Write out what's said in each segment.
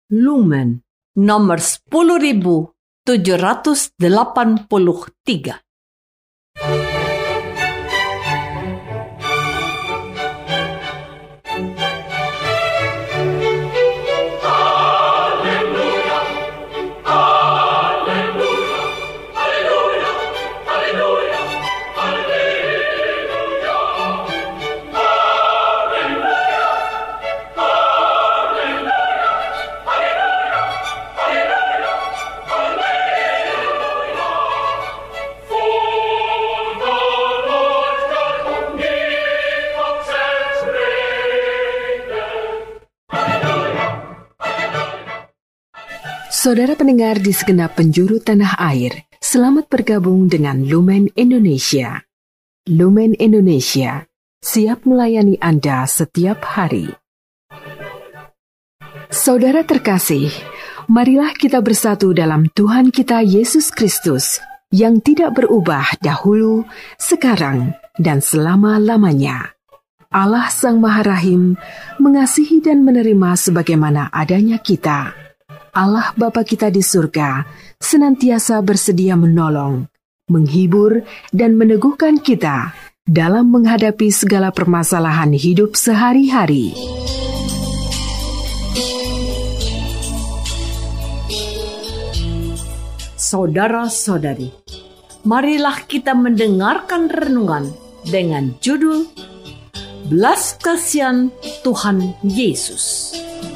Lumen nomor 10.783. Saudara pendengar di segenap penjuru tanah air, selamat bergabung dengan Lumen Indonesia. Lumen Indonesia, siap melayani Anda setiap hari. Saudara terkasih, marilah kita bersatu dalam Tuhan kita Yesus Kristus yang tidak berubah dahulu, sekarang, dan selama-lamanya. Allah Sang Maha Rahim mengasihi dan menerima sebagaimana adanya kita. Allah Bapa kita di surga senantiasa bersedia menolong, menghibur, dan meneguhkan kita dalam menghadapi segala permasalahan hidup sehari-hari. Saudara-saudari, marilah kita mendengarkan renungan dengan judul Belas Kasihan Tuhan Yesus.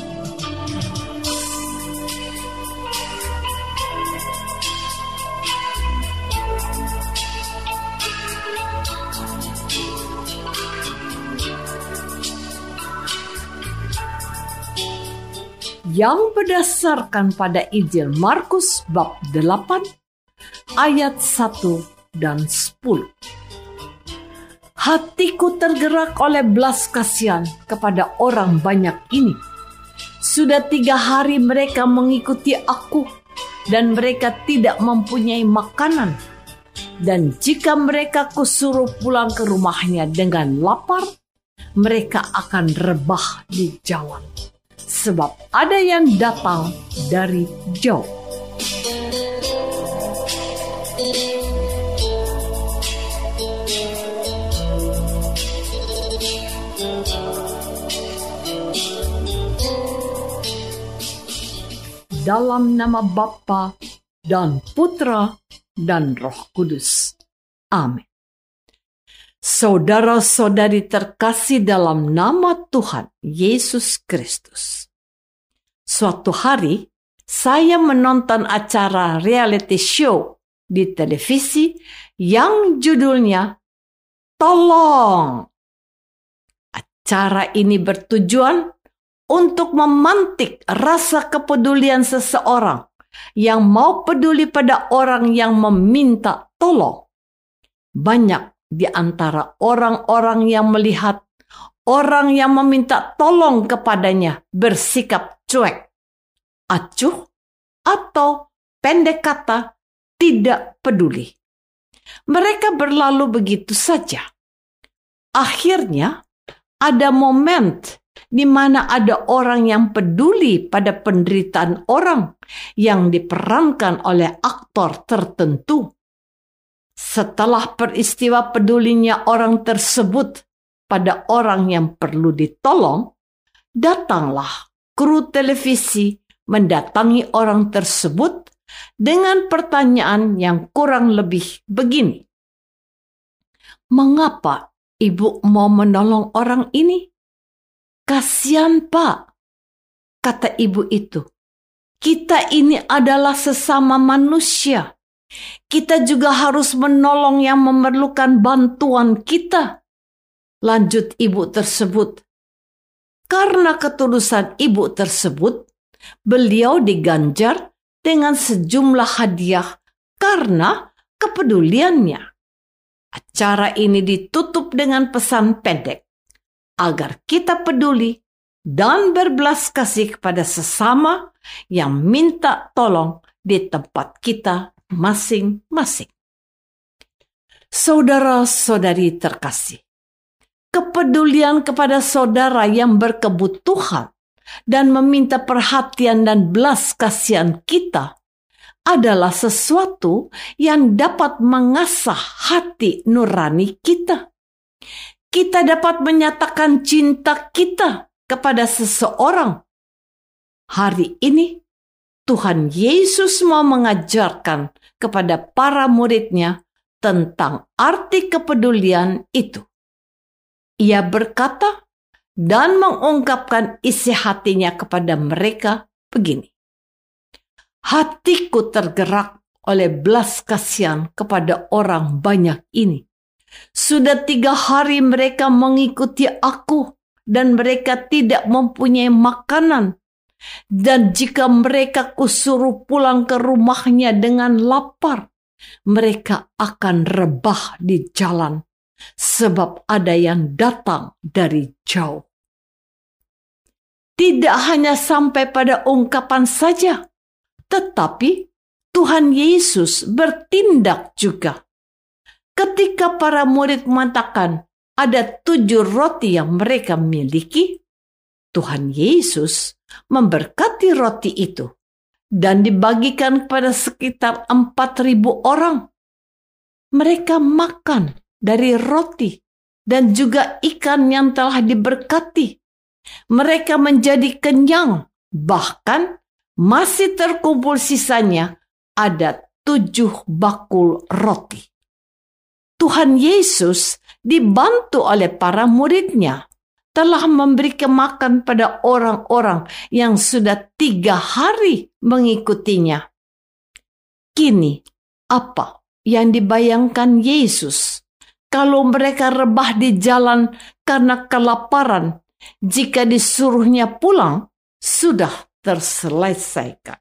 Yang berdasarkan pada Injil Markus bab 8 ayat 1 dan 10. Hatiku tergerak oleh belas kasihan kepada orang banyak ini. Sudah 3 hari mereka mengikuti aku dan mereka tidak mempunyai makanan. Dan jika mereka kusuruh pulang ke rumahnya dengan lapar, mereka akan rebah di jalan. Sebab ada yang datang dari jauh. Dalam nama Bapa dan Putra dan Roh Kudus. Amin. Saudara-saudari terkasih dalam nama Tuhan Yesus Kristus. Suatu hari, saya menonton acara reality show di televisi yang judulnya Tolong. Acara ini bertujuan untuk memantik rasa kepedulian seseorang yang mau peduli pada orang yang meminta tolong. Banyak di antara orang-orang yang melihat orang yang meminta tolong kepadanya bersikap cuek, acuh, atau pendek kata tidak peduli. Mereka berlalu begitu saja. Akhirnya ada momen di mana ada orang yang peduli pada penderitaan orang yang diperankan oleh aktor tertentu. Setelah peristiwa pedulinya orang tersebut pada orang yang perlu ditolong, datanglah kru televisi mendatangi orang tersebut dengan pertanyaan yang kurang lebih begini. Mengapa ibu mau menolong orang ini? Kasihan, Pak, kata ibu itu. Kita ini adalah sesama manusia. Kita juga harus menolong yang memerlukan bantuan kita. Lanjut ibu tersebut. Karena ketulusan ibu tersebut, beliau diganjar dengan sejumlah hadiah karena kepeduliannya. Acara ini ditutup dengan pesan pendek, agar kita peduli dan berbelas kasih kepada sesama yang minta tolong di tempat kita masing-masing. Saudara-saudari terkasih, kepedulian kepada saudara yang berkebutuhan dan meminta perhatian dan belas kasihan kita adalah sesuatu yang dapat mengasah hati nurani kita. Kita dapat menyatakan cinta kita kepada seseorang. Hari ini, Tuhan Yesus mau mengajarkan kepada para murid-Nya tentang arti kepedulian itu. Ia berkata dan mengungkapkan isi hatinya kepada mereka begini. Hatiku tergerak oleh belas kasihan kepada orang banyak ini. Sudah 3 hari mereka mengikuti aku dan mereka tidak mempunyai makanan. Dan jika mereka kusuruh pulang ke rumahnya dengan lapar, mereka akan rebah di jalan sebab ada yang datang dari jauh. Tidak hanya sampai pada ungkapan saja, tetapi Tuhan Yesus bertindak juga. Ketika para murid mengatakan ada 7 roti yang mereka miliki, Tuhan Yesus memberkati roti itu dan dibagikan kepada sekitar 4.000 orang. Mereka makan dari roti dan juga ikan yang telah diberkati. Mereka menjadi kenyang, bahkan masih terkumpul sisanya ada 7 bakul roti. Tuhan Yesus dibantu oleh para murid-Nya telah memberi makan pada orang-orang yang sudah 3 hari mengikutinya. Kini, apa yang dibayangkan Yesus kalau mereka rebah di jalan karena kelaparan, jika disuruhnya pulang, sudah terselesaikan.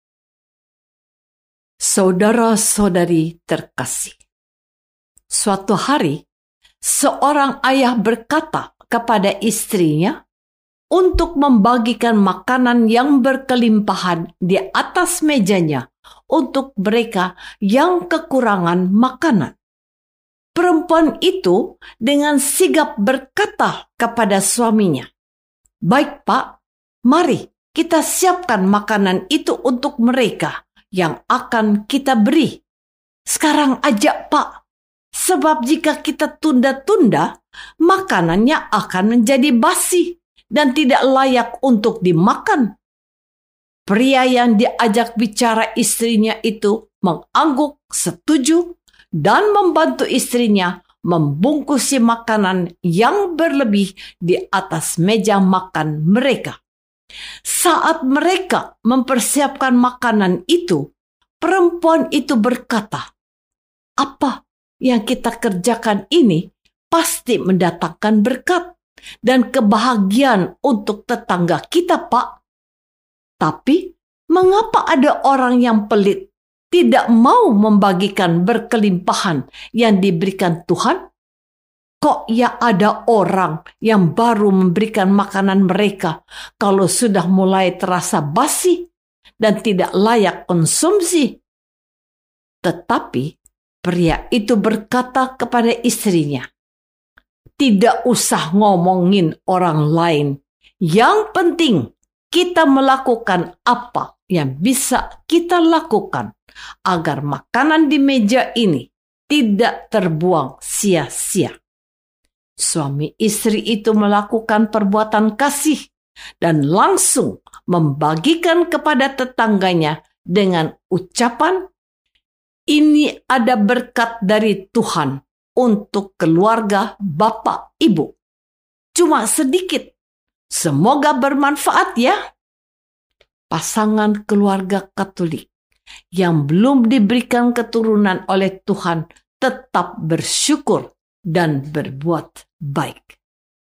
Saudara-saudari terkasih, suatu hari, seorang ayah berkata kepada istrinya untuk membagikan makanan yang berkelimpahan di atas mejanya untuk mereka yang kekurangan makanan. Perempuan itu dengan sigap berkata kepada suaminya, "Baik, Pak, mari kita siapkan makanan itu untuk mereka yang akan kita beri. Sekarang aja, Pak. Sebab jika kita tunda-tunda, makanannya akan menjadi basi dan tidak layak untuk dimakan." Pria yang diajak bicara istrinya itu mengangguk setuju dan membantu istrinya membungkusi makanan yang berlebih di atas meja makan mereka. Saat mereka mempersiapkan makanan itu, perempuan itu berkata, "Apa yang kita kerjakan ini pasti mendatangkan berkat dan kebahagiaan untuk tetangga kita, Pak. Tapi mengapa ada orang yang pelit tidak mau membagikan berkelimpahan yang diberikan Tuhan? Kok ya ada orang yang baru memberikan makanan mereka kalau sudah mulai terasa basi dan tidak layak konsumsi?" Tetapi pria itu berkata kepada istrinya, "Tidak usah ngomongin orang lain. Yang penting kita melakukan apa yang bisa kita lakukan agar makanan di meja ini tidak terbuang sia-sia." Suami istri itu melakukan perbuatan kasih dan langsung membagikan kepada tetangganya dengan ucapan, "Ini ada berkat dari Tuhan untuk keluarga Bapak Ibu. Cuma sedikit. Semoga bermanfaat ya." Pasangan keluarga Katolik yang belum diberikan keturunan oleh Tuhan tetap bersyukur dan berbuat baik.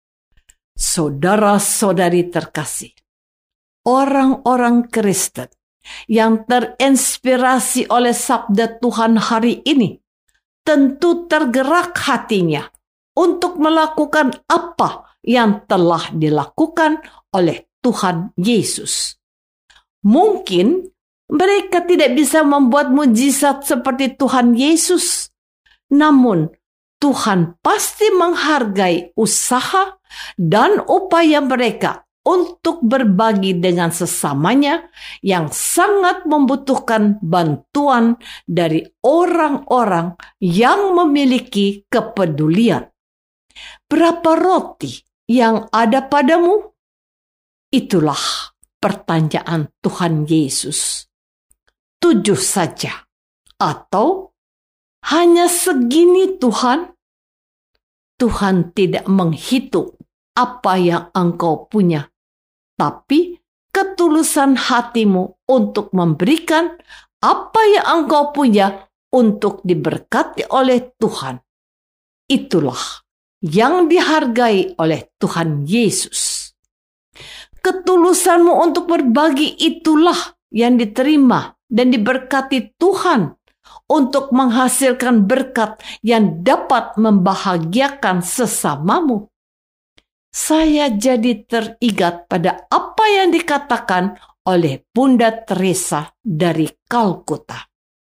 Saudara-saudari terkasih, orang-orang Kristen yang terinspirasi oleh sabda Tuhan hari ini tentu tergerak hatinya untuk melakukan apa yang telah dilakukan oleh Tuhan Yesus. Mungkin mereka tidak bisa membuat mujizat seperti Tuhan Yesus, namun Tuhan pasti menghargai usaha dan upaya mereka untuk berbagi dengan sesamanya yang sangat membutuhkan bantuan dari orang-orang yang memiliki kepedulian. Berapa roti yang ada padamu? Itulah pertanyaan Tuhan Yesus. 7 saja. Atau hanya segini Tuhan? Tuhan tidak menghitung apa yang engkau punya, tapi ketulusan hatimu untuk memberikan apa yang engkau punya untuk diberkati oleh Tuhan. Itulah yang dihargai oleh Tuhan Yesus. Ketulusanmu untuk berbagi itulah yang diterima dan diberkati Tuhan untuk menghasilkan berkat yang dapat membahagiakan sesamamu. Saya jadi teringat pada apa yang dikatakan oleh Bunda Teresa dari Kalkuta.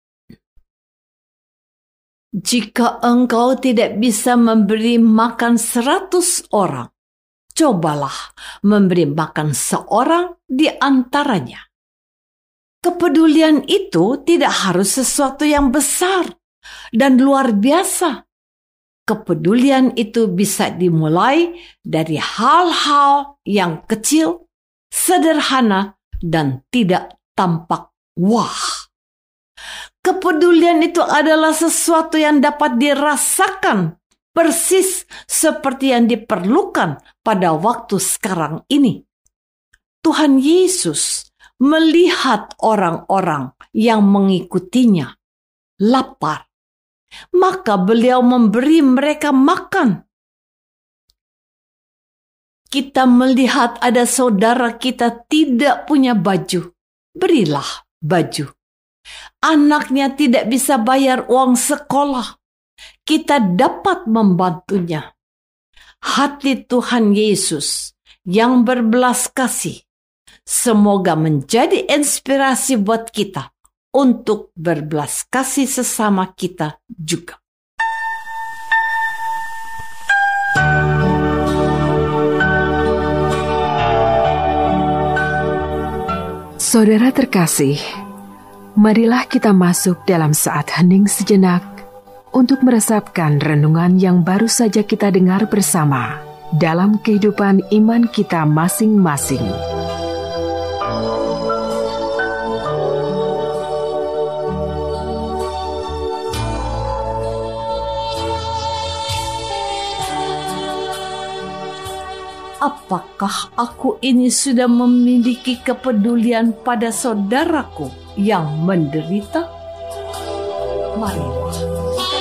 Jika engkau tidak bisa memberi makan 100 orang, cobalah memberi makan seorang di antaranya. Kepedulian itu tidak harus sesuatu yang besar dan luar biasa. Kepedulian itu bisa dimulai dari hal-hal yang kecil, sederhana, dan tidak tampak wah. Kepedulian itu adalah sesuatu yang dapat dirasakan persis seperti yang diperlukan pada waktu sekarang ini. Tuhan Yesus melihat orang-orang yang mengikutinya lapar. Maka beliau memberi mereka makan. Kita melihat ada saudara kita tidak punya baju, berilah baju. Anaknya tidak bisa bayar uang sekolah, kita dapat membantunya. Hati Tuhan Yesus yang berbelas kasih semoga menjadi inspirasi buat kita untuk berbelas kasih sesama kita juga. Saudara terkasih, marilah kita masuk dalam saat hening sejenak untuk meresapkan renungan yang baru saja kita dengar bersama dalam kehidupan iman kita masing-masing. Apakah aku ini sudah memiliki kepedulian pada saudaraku yang menderita? Marilah kita berdoa.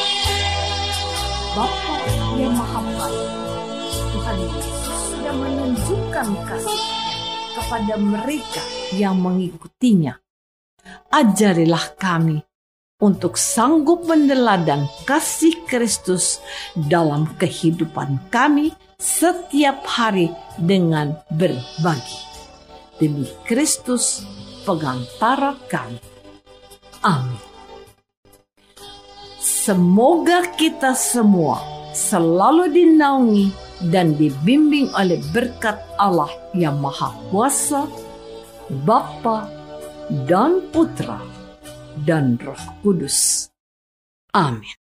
Bapa yang Maha Baik, Tuhan Yesus sudah menunjukkan kasih-Nya kepada mereka yang mengikutinya. Ajarilah kami untuk sanggup meneladani kasih Kristus dalam kehidupan kami setiap hari dengan berbagi. Demi Kristus, pengantara kami. Amin. Semoga kita semua selalu dinaungi dan dibimbing oleh berkat Allah yang Maha Kuasa, Bapa dan Putra dan Roh Kudus. Amin.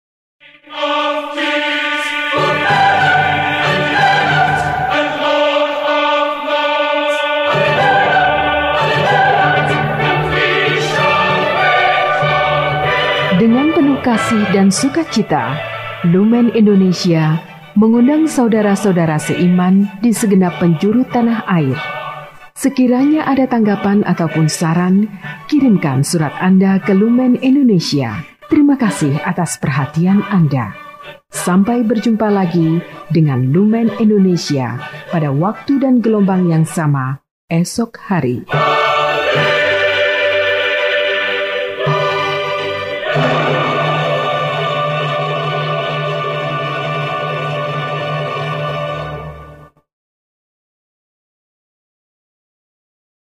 Dengan penuh kasih dan sukacita, Lumen Indonesia mengundang saudara-saudara seiman di segenap penjuru tanah air. Sekiranya ada tanggapan ataupun saran, kirimkan surat Anda ke Lumen Indonesia. Terima kasih atas perhatian Anda. Sampai berjumpa lagi dengan Lumen Indonesia pada waktu dan gelombang yang sama esok hari.